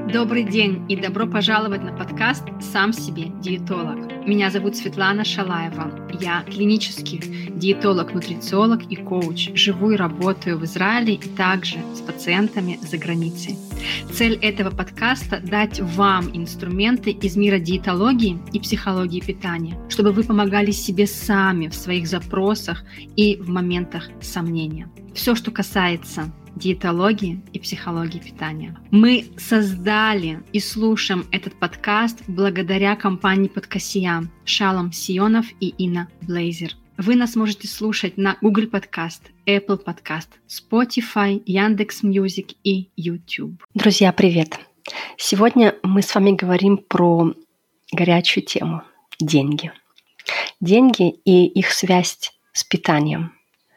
Добрый день и добро пожаловать на подкаст «Сам себе диетолог». Меня зовут Светлана Шалаева. Я клинический диетолог-нутрициолог и коуч. Живу и работаю в Израиле и также с пациентами за границей. Цель этого подкаста – дать вам инструменты из мира диетологии и психологии питания, чтобы вы помогали себе сами в своих запросах и в моментах сомнения. Все, что касается диетологии и психологии питания. Мы создали и слушаем этот подкаст благодаря компании Подкасия Шалом Сионов и Инна Блейзер. Вы нас можете слушать на Google Podcast, Apple Podcast, Spotify, Яндекс.Мьюзик и YouTube. Друзья, привет! Сегодня мы с вами говорим про горячую тему – деньги. Деньги и их связь с питанием.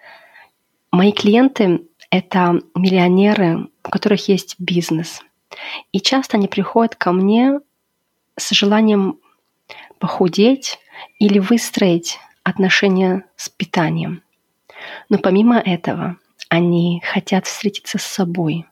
Мои клиенты – это миллионеры, у которых есть бизнес. И часто они приходят ко мне с желанием похудеть или выстроить отношения с питанием. Но помимо этого, они хотят встретиться с собой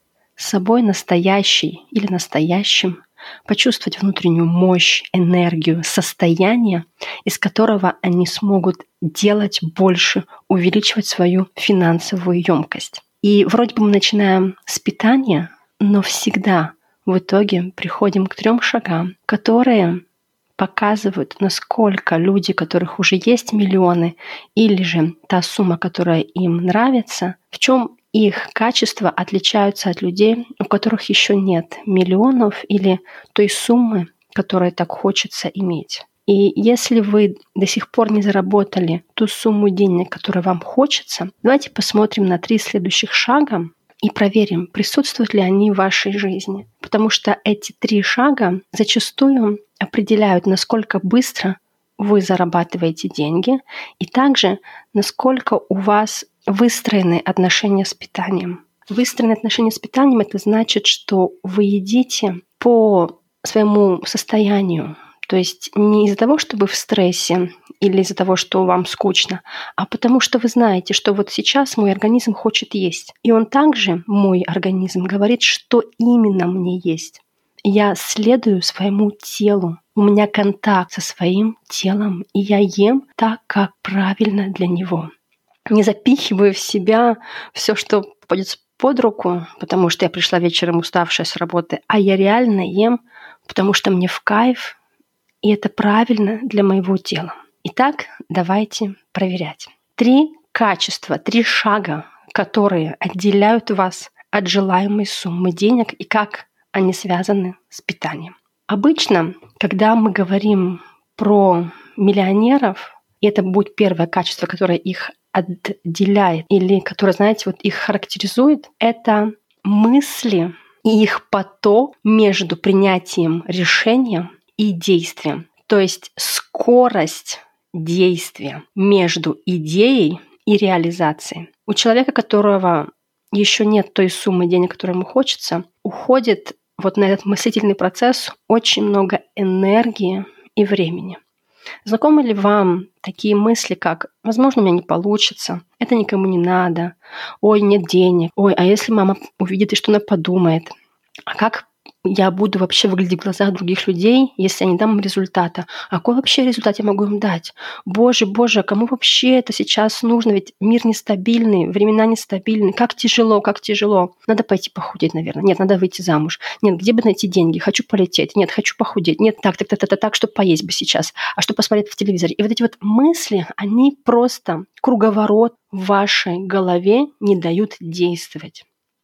настоящей или настоящим, почувствовать внутреннюю мощь, энергию, состояние, из которого они смогут делать больше, увеличивать свою финансовую емкость. И вроде бы мы начинаем с питания, но всегда в итоге приходим к 3 шагам, которые показывают, насколько люди, у которых уже есть миллионы, или же та сумма, которая им нравится, в чем их качества отличаются от людей, у которых еще нет миллионов или той суммы, которую так хочется иметь. И если вы до сих пор не заработали ту сумму денег, которую вам хочется, давайте посмотрим на 3 следующих шага и проверим, присутствуют ли они в вашей жизни. Потому что эти 3 шага зачастую определяют, насколько быстро вы зарабатываете деньги, и также насколько у вас выстроены отношения с питанием. Выстроенные отношения с питанием – это значит, что вы едите по своему состоянию. То есть не из-за того, что вы в стрессе или из-за того, что вам скучно, а потому что вы знаете, что вот сейчас мой организм хочет есть. И он также, мой организм, говорит, что именно мне есть. Я следую своему телу. У меня контакт со своим телом, и я ем так, как правильно для него. Не запихиваю в себя все, что попадется под руку, потому что я пришла вечером уставшая с работы, а я реально ем, потому что мне в кайф, и это правильно для моего тела. Итак, давайте проверять. 3 качества, 3 шага, которые отделяют вас от желаемой суммы денег и как они связаны с питанием. Обычно, когда мы говорим про миллионеров, и это будет первое качество, которое их отделяет или которое, знаете, вот их характеризует, это мысли и их поток между принятием решения и действием. То есть скорость действия между идеей и реализацией. У человека, которого еще нет той суммы денег, которую ему хочется, уходит вот на этот мыслительный процесс очень много энергии и времени. Знакомы ли вам такие мысли, как «возможно, у меня не получится», «это никому не надо», «ой, нет денег», «ой, а если мама увидит, и что она подумает», «а как я буду вообще выглядеть в глазах других людей, если я не дам им результата? А какой вообще результат я могу им дать? Боже, а кому вообще это сейчас нужно? Ведь мир нестабильный, времена нестабильны. Как тяжело. Надо пойти похудеть, наверное. Нет, надо выйти замуж. Нет, где бы найти деньги? Хочу полететь. Нет, хочу похудеть. Нет, так, чтобы поесть бы сейчас. А что посмотреть в телевизоре? И вот эти вот мысли, они просто круговорот в вашей голове не дают действовать.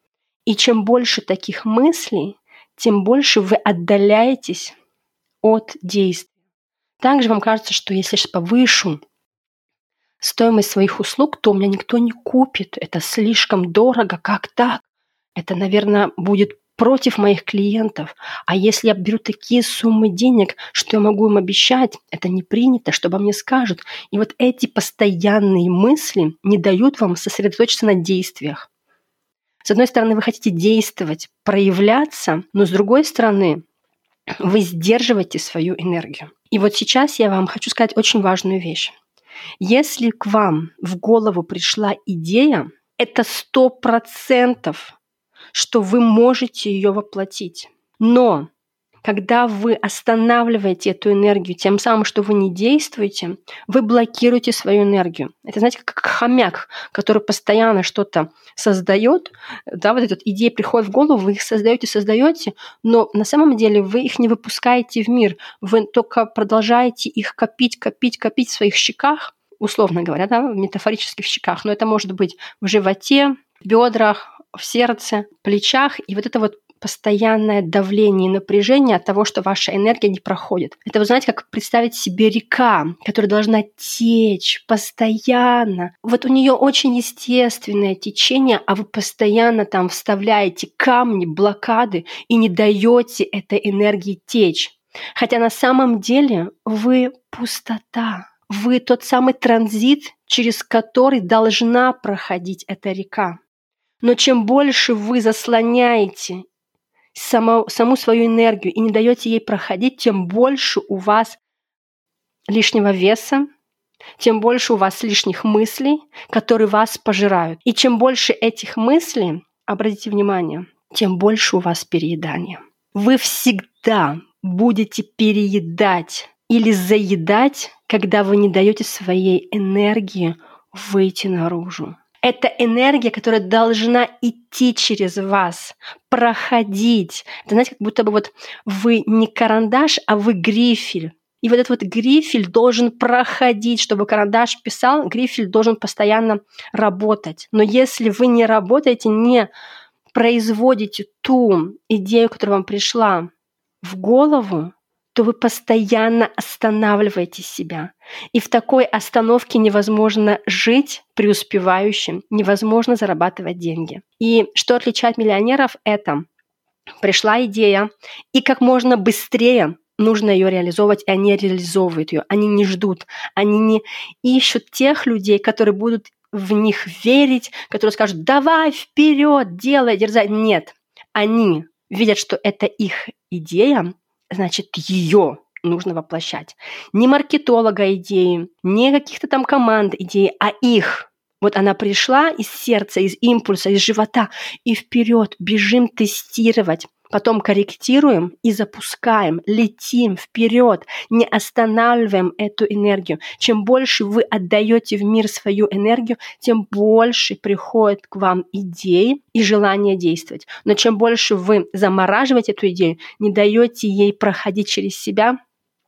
И чем больше таких мыслей, тем больше вы отдаляетесь от действия. Также вам кажется, что если я сейчас повышу стоимость своих услуг, то у меня никто не купит. Это слишком дорого. Как так? Это, наверное, будет против моих клиентов. А если я беру такие суммы денег, что я могу им обещать, это не принято, что обо мне скажут. И вот эти постоянные мысли не дают вам сосредоточиться на действиях. С одной стороны, вы хотите действовать, проявляться, но с другой стороны, вы сдерживаете свою энергию. И вот сейчас я вам хочу сказать очень важную вещь. Если к вам в голову пришла идея, это 100%, что вы можете ее воплотить. Но когда вы останавливаете эту энергию тем самым, что вы не действуете, вы блокируете свою энергию. Это, знаете, как хомяк, который постоянно что-то создает. Да, вот эта идея приходит в голову, вы их создаете, но на самом деле вы их не выпускаете в мир. Вы только продолжаете их копить в своих щеках, условно говоря, да, метафорически в щеках. Но это может быть в животе, в бедрах, в сердце, плечах. И вот это вот постоянное давление и напряжение от того, что ваша энергия не проходит. Это, вы знаете, как представить себе река, которая должна течь постоянно. Вот у нее очень естественное течение, а вы постоянно там вставляете камни, блокады и не даете этой энергии течь. Хотя на самом деле вы пустота. Вы тот самый транзит, через который должна проходить эта река. Но чем больше вы заслоняете саму свою энергию и не даете ей проходить, тем больше у вас лишнего веса, тем больше у вас лишних мыслей, которые вас пожирают. И чем больше этих мыслей, обратите внимание, тем больше у вас переедания. Вы всегда будете переедать или заедать, когда вы не даете своей энергии выйти наружу. Это энергия, которая должна идти через вас, проходить. Это, знаете, как будто бы вот вы не карандаш, а вы грифель. И вот этот вот грифель должен проходить, чтобы карандаш писал, грифель должен постоянно работать. Но если вы не работаете, не производите ту идею, которая вам пришла в голову, то вы постоянно останавливаете себя. И в такой остановке невозможно жить преуспевающим, невозможно зарабатывать деньги. И что отличает миллионеров, это пришла идея, и как можно быстрее нужно ее реализовывать, и они реализовывают ее. Они не ждут, они не ищут тех людей, которые будут в них верить, которые скажут: давай вперед, делай, дерзай. Нет, они видят, что это их идея, значит, ее нужно воплощать. Не маркетолога идеи, не каких-то там команд идеи, а их. Вот она пришла из сердца, из импульса, из живота, и вперед бежим тестировать. Потом корректируем и запускаем, летим вперед, не останавливаем эту энергию. Чем больше вы отдаете в мир свою энергию, тем больше приходит к вам идеи и желание действовать. Но чем больше вы замораживаете эту идею, не даете ей проходить через себя,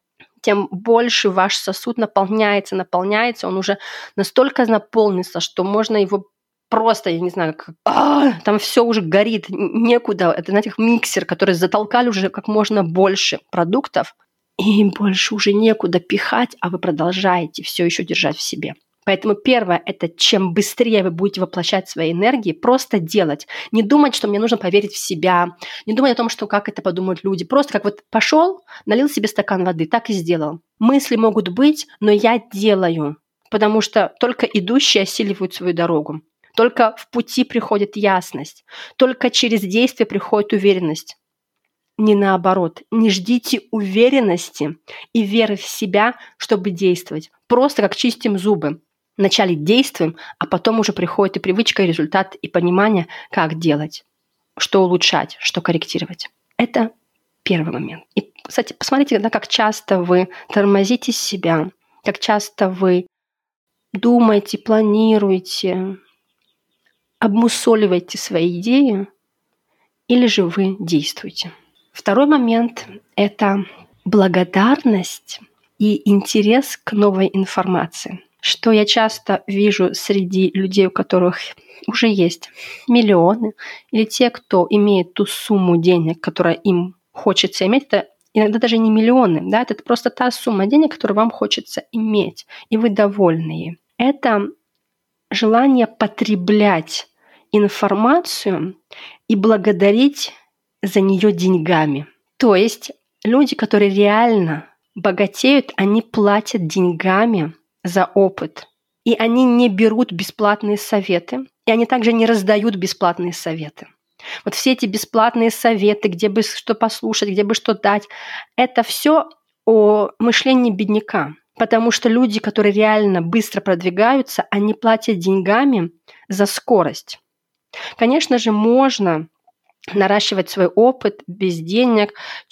тем больше ваш сосуд наполняется, он уже настолько наполнится, что можно его просто, я не знаю, там все уже горит, некуда. Это, знаете, как миксер, который затолкали уже как можно больше продуктов, и больше уже некуда пихать, а вы продолжаете все еще держать в себе. Поэтому первое – это чем быстрее вы будете воплощать свои энергии, просто делать. Не думать, что мне нужно поверить в себя, не думать о том, что как это подумают люди. Просто как вот пошел, налил себе стакан воды, так и сделал. Мысли могут быть, но я делаю, потому что только идущие осиливают свою дорогу. Только в пути приходит ясность. Только через действие приходит уверенность. Не наоборот. Не ждите уверенности и веры в себя, чтобы действовать. Просто как чистим зубы. Вначале действуем, а потом уже приходит и привычка, и результат, и понимание, как делать, что улучшать, что корректировать. Это первый момент. И, кстати, посмотрите, как часто вы тормозите себя, как часто вы думаете, планируете, обмусоливаете свои идеи, или же вы действуете. Второй момент – это благодарность и интерес к новой информации. Что я часто вижу среди людей, у которых уже есть миллионы, или те, кто имеет ту сумму денег, которая им хочется иметь, это иногда даже не миллионы, да, это просто та сумма денег, которую вам хочется иметь, и вы довольны ей. Это желание потреблять информацию и благодарить за нее деньгами. То есть люди, которые реально богатеют, они платят деньгами за опыт. И они не берут бесплатные советы, и они также не раздают бесплатные советы. Вот все эти бесплатные советы, где бы что послушать, где бы что дать, это все о мышлении бедняка. Потому что люди, которые реально быстро продвигаются, они платят деньгами за скорость. Конечно же, можно наращивать свой опыт без денег,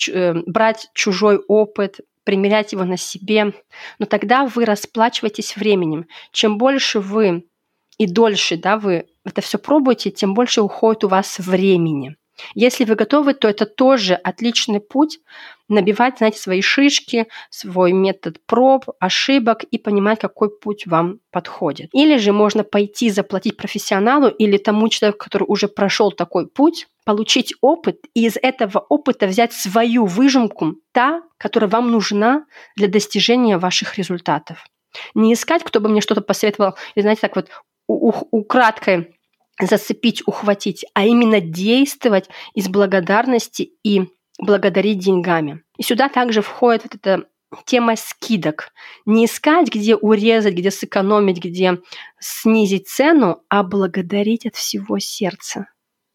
брать чужой опыт, примерять его на себе. Но тогда вы расплачиваетесь временем. Чем больше вы и дольше, вы это все пробуете, тем больше уходит у вас времени. Если вы готовы, то это тоже отличный путь набивать, свои шишки, свой метод проб, ошибок и понимать, какой путь вам подходит. Или же можно пойти заплатить профессионалу или тому человеку, который уже прошел такой путь, получить опыт и из этого опыта взять свою выжимку, та, которая вам нужна для достижения ваших результатов. Не искать, кто бы мне что-то посоветовал, и, так вот украдкой зацепить, ухватить, а именно действовать из благодарности и благодарить деньгами. И сюда также входит вот эта тема скидок. Не искать, где урезать, где сэкономить, где снизить цену, а благодарить от всего сердца.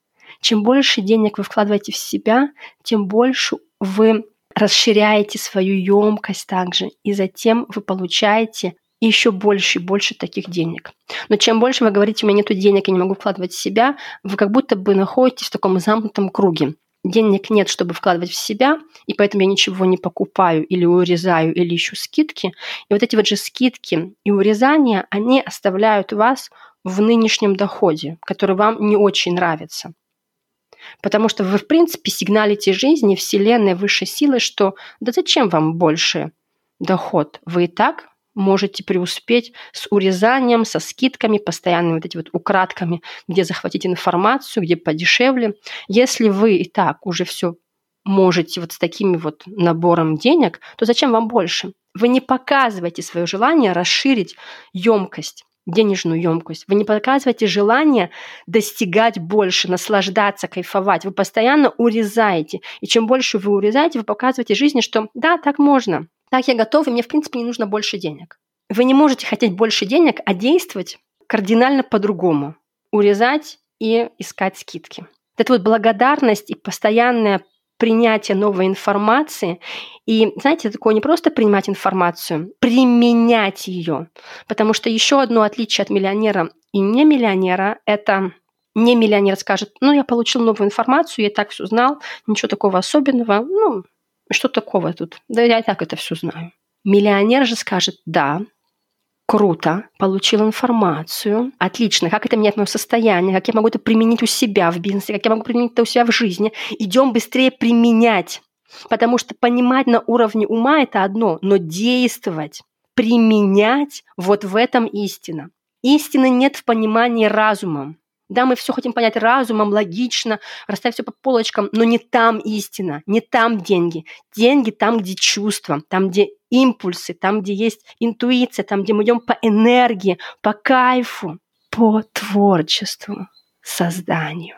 Чем больше денег вы вкладываете в себя, тем больше вы расширяете свою емкость также, и затем вы получаете еще больше и больше таких денег. Но чем больше вы говорите, у меня нет денег, я не могу вкладывать в себя, вы как будто бы находитесь в таком замкнутом круге. Денег нет, чтобы вкладывать в себя, и поэтому я ничего не покупаю или урезаю, или ищу скидки. И вот эти вот же скидки и урезания, они оставляют вас в нынешнем доходе, который вам не очень нравится. Потому что вы, в принципе, сигналите жизни, Вселенной, высшей силы, что да зачем вам больше доход? Вы и так можете преуспеть с урезанием, со скидками, постоянными вот эти вот украдками, где захватить информацию, где подешевле. Если вы и так уже все можете вот с такими вот набором денег, то зачем вам больше? Вы не показываете свое желание расширить емкость, денежную емкость. Вы не показываете желание достигать больше, наслаждаться, кайфовать. Вы постоянно урезаете. И чем больше вы урезаете, вы показываете жизни, что да, так можно. Так я готов, и мне, в принципе, не нужно больше денег. Вы не можете хотеть больше денег, а действовать кардинально по-другому. Урезать и искать скидки. Это вот благодарность и постоянное принятие новой информации. И, знаете, такое не просто принимать информацию, применять ее. Потому что еще одно отличие от миллионера и не миллионера – это не миллионер скажет, я получил новую информацию, я и так все знал, ничего такого особенного, что такого тут? Да я и так это все знаю. Миллионер же скажет, да, круто, получил информацию, отлично, как это меняет мое состояние, как я могу это применить у себя в бизнесе, как я могу применить это у себя в жизни. Идем быстрее применять, потому что понимать на уровне ума – это одно, но действовать, применять – вот в этом истина. Истины нет в понимании разумом. Да, мы все хотим понять разумом, логично, расставить все по полочкам, но не там истина, не там деньги. Деньги там, где чувства, там, где импульсы, там, где есть интуиция, там, где мы идем по энергии, по кайфу, по творчеству, созданию.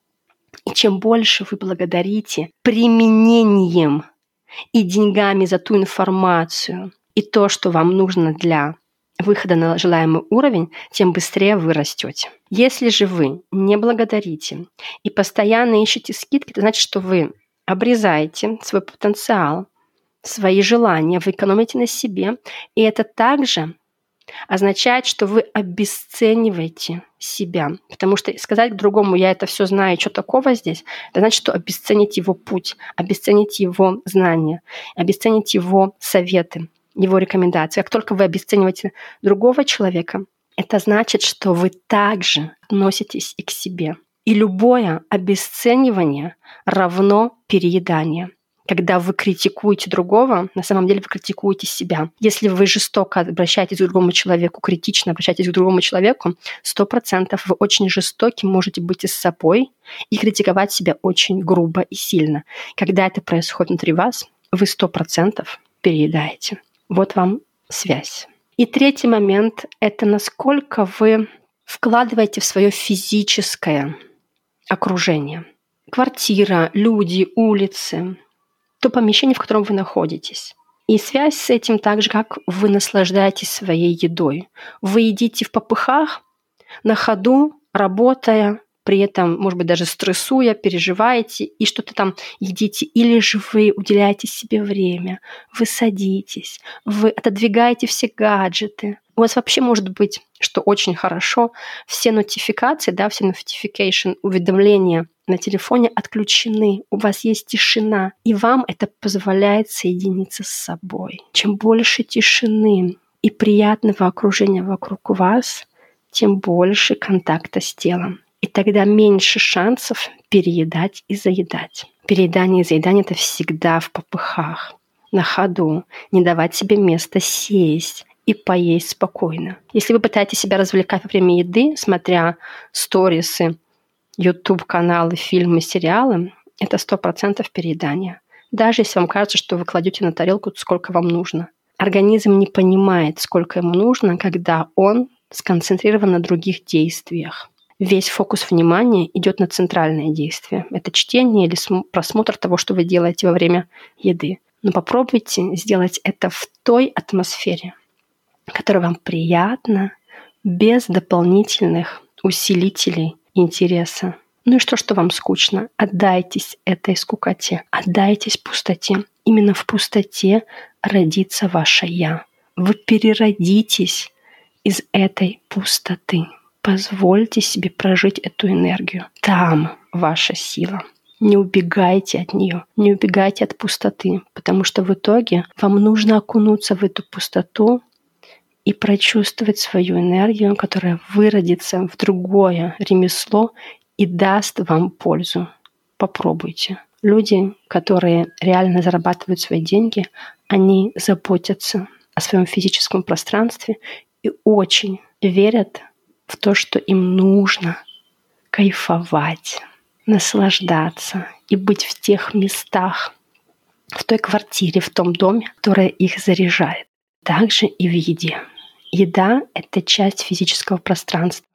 И чем больше вы благодарите применением и деньгами за ту информацию и то, что вам нужно для выхода на желаемый уровень, тем быстрее вы растете. Если же вы не благодарите и постоянно ищете скидки, это значит, что вы обрезаете свой потенциал, свои желания, вы экономите на себе, и это также означает, что вы обесцениваете себя. Потому что сказать к другому, я это все знаю, что такого здесь, это значит, что обесценить его путь, обесценить его знания, обесценить его советы, его рекомендации. Как только вы обесцениваете другого человека, это значит, что вы также относитесь и к себе. И любое обесценивание равно перееданию. Когда вы критикуете другого, на самом деле вы критикуете себя. Если вы жестоко обращаетесь к другому человеку, критично обращаетесь к другому человеку, 100% вы очень жестоки можете быть и с собой и критиковать себя очень грубо и сильно. Когда это происходит внутри вас, вы 100% переедаете. Вот вам связь. И третий момент – это насколько вы вкладываете в свое физическое окружение. Квартира, люди, улицы, то помещение, в котором вы находитесь. И связь с этим так же, как вы наслаждаетесь своей едой. Вы едите в попыхах, на ходу, работая, при этом, может быть, даже стрессуя, переживаете и что-то там едите. Или же вы уделяете себе время, вы садитесь, вы отодвигаете все гаджеты, У вас вообще может быть, что очень хорошо, все нотификации, все notification, уведомления на телефоне отключены. У вас есть тишина, и вам это позволяет соединиться с собой. Чем больше тишины и приятного окружения вокруг вас, тем больше контакта с телом. И тогда меньше шансов переедать и заедать. Переедание и заедание — это всегда в попыхах, на ходу, не давать себе места сесть и поесть спокойно. Если вы пытаетесь себя развлекать во время еды, смотря сторисы, YouTube-каналы, фильмы, сериалы, это 100% переедание. Даже если вам кажется, что вы кладете на тарелку сколько вам нужно. Организм не понимает, сколько ему нужно, когда он сконцентрирован на других действиях. Весь фокус внимания идет на центральное действие. Это чтение или просмотр того, что вы делаете во время еды. Но попробуйте сделать это в той атмосфере, которая вам приятна, без дополнительных усилителей интереса. Ну и что вам скучно? Отдайтесь этой скукоте, отдайтесь пустоте. Именно в пустоте родится ваше «я». Вы переродитесь из этой пустоты. Позвольте себе прожить эту энергию. Там ваша сила. Не убегайте от нее, не убегайте от пустоты, потому что в итоге вам нужно окунуться в эту пустоту и прочувствовать свою энергию, которая выродится в другое ремесло и даст вам пользу. Попробуйте. Люди, которые реально зарабатывают свои деньги, они заботятся о своем физическом пространстве и очень верят в то, что им нужно кайфовать, наслаждаться и быть в тех местах, в той квартире, в том доме, которая их заряжает. Также и в еде. Еда — это часть физического пространства.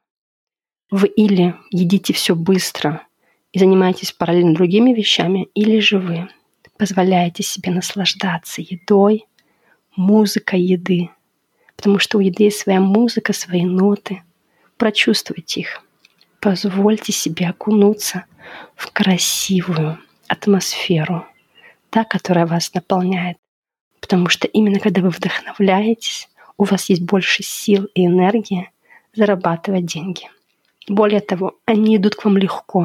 Вы или едите все быстро и занимаетесь параллельно другими вещами, или же вы позволяете себе наслаждаться едой, музыкой еды. Потому что у еды есть своя музыка, свои ноты. Прочувствуйте их. Позвольте себе окунуться в красивую атмосферу, та, которая вас наполняет. Потому что именно когда вы вдохновляетесь, у вас есть больше сил и энергии зарабатывать деньги. Более того, они идут к вам легко.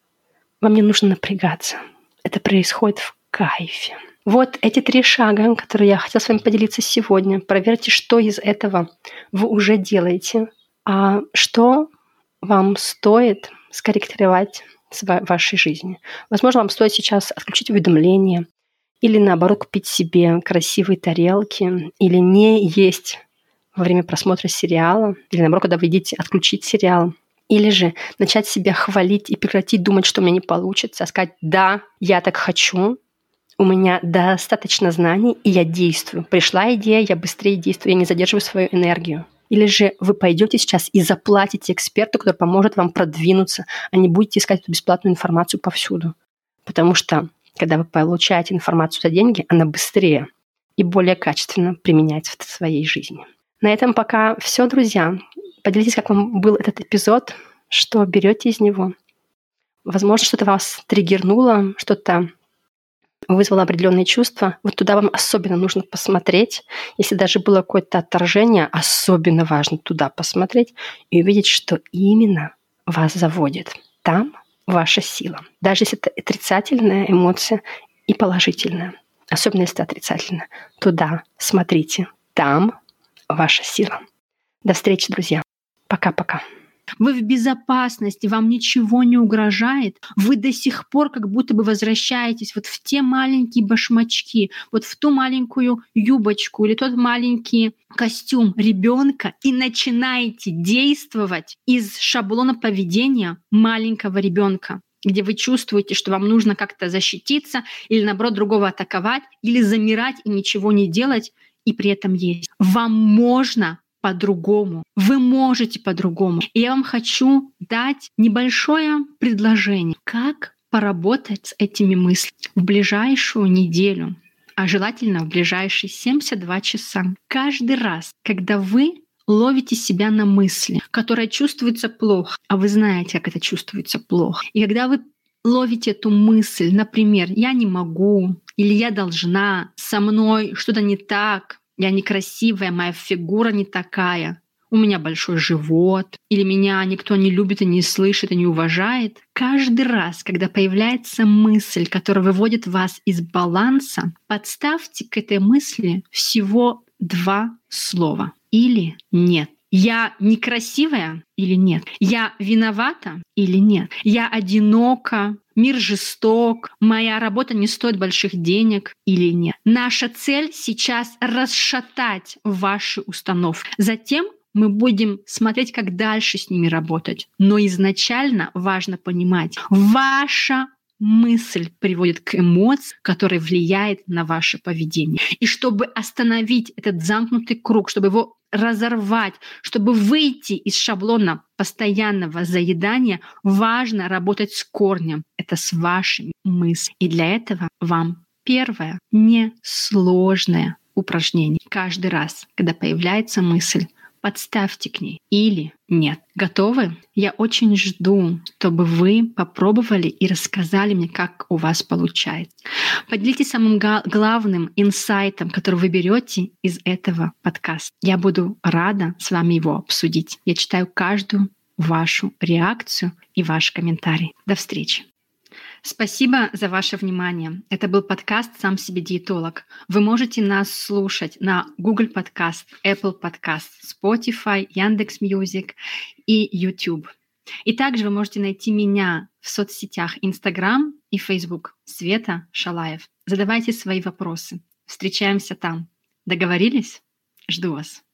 Вам не нужно напрягаться. Это происходит в кайфе. Вот эти 3 шага, которые я хотела с вами поделиться сегодня. Проверьте, что из этого вы уже делаете, а что вам стоит скорректировать в вашей жизни. Возможно, вам стоит сейчас отключить уведомления или, наоборот, купить себе красивые тарелки или не есть во время просмотра сериала, или, наоборот, когда вы едите, отключить сериал. Или же начать себя хвалить и прекратить думать, что у меня не получится, а сказать: да, я так хочу, у меня достаточно знаний, и я действую. Пришла идея, я быстрее действую, я не задерживаю свою энергию. Или же вы пойдете сейчас и заплатите эксперту, который поможет вам продвинуться, а не будете искать эту бесплатную информацию повсюду. Потому что, когда вы получаете информацию за деньги, она быстрее и более качественно применяется в своей жизни. На этом пока все, друзья. Поделитесь, как вам был этот эпизод, что берете из него. Возможно, что-то вас триггернуло, что-то вызвало определенные чувства. Вот туда вам особенно нужно посмотреть. Если даже было какое-то отторжение, особенно важно туда посмотреть и увидеть, что именно вас заводит. Там ваша сила. Даже если это отрицательная эмоция и положительная. Особенно если это отрицательная. Туда смотрите. Там ваша сила. До встречи, друзья. Пока-пока. Вы в безопасности, вам ничего не угрожает. Вы до сих пор как будто бы возвращаетесь вот в те маленькие башмачки, вот в ту маленькую юбочку или тот маленький костюм ребенка и начинаете действовать из шаблона поведения маленького ребенка, где вы чувствуете, что вам нужно как-то защититься или, наоборот, другого атаковать, или замирать и ничего не делать, и при этом есть. Вам можно по-другому. Вы можете по-другому. И я вам хочу дать небольшое предложение, как поработать с этими мыслями в ближайшую неделю, а желательно в ближайшие 72 часа. Каждый раз, когда вы ловите себя на мысли, которая чувствуется плохо, а вы знаете, как это чувствуется плохо, и когда вы ловите эту мысль, например, «я не могу» или «я должна», «со мной что-то не так», я некрасивая, моя фигура не такая, у меня большой живот, или меня никто не любит и не слышит и не уважает. Каждый раз, когда появляется мысль, которая выводит вас из баланса, подставьте к этой мысли всего 2 слова. Или нет. Я некрасивая или нет? Я виновата или нет? Я одинока? Мир жесток? Моя работа не стоит больших денег или нет? Наша цель сейчас расшатать ваши установки. Затем мы будем смотреть, как дальше с ними работать. Но изначально важно понимать, ваша мысль приводит к эмоции, которая влияет на ваше поведение. И чтобы остановить этот замкнутый круг, чтобы его разорвать, чтобы выйти из шаблона постоянного заедания, важно работать с корнем. Это с вашими мыслями. И для этого вам первое несложное упражнение. Каждый раз, когда появляется мысль, подставьте к ней или нет. Готовы? Я очень жду, чтобы вы попробовали и рассказали мне, как у вас получается. Поделитесь самым главным инсайтом, который вы берете из этого подкаста. Я буду рада с вами его обсудить. Я читаю каждую вашу реакцию и ваш комментарий. До встречи. Спасибо за ваше внимание. Это был подкаст «Сам себе диетолог». Вы можете нас слушать на Google Podcast, Apple Podcast, Spotify, Яндекс.Мьюзик и YouTube. И также вы можете найти меня в соцсетях Instagram и Facebook Света Шалаев. Задавайте свои вопросы. Встречаемся там. Договорились? Жду вас.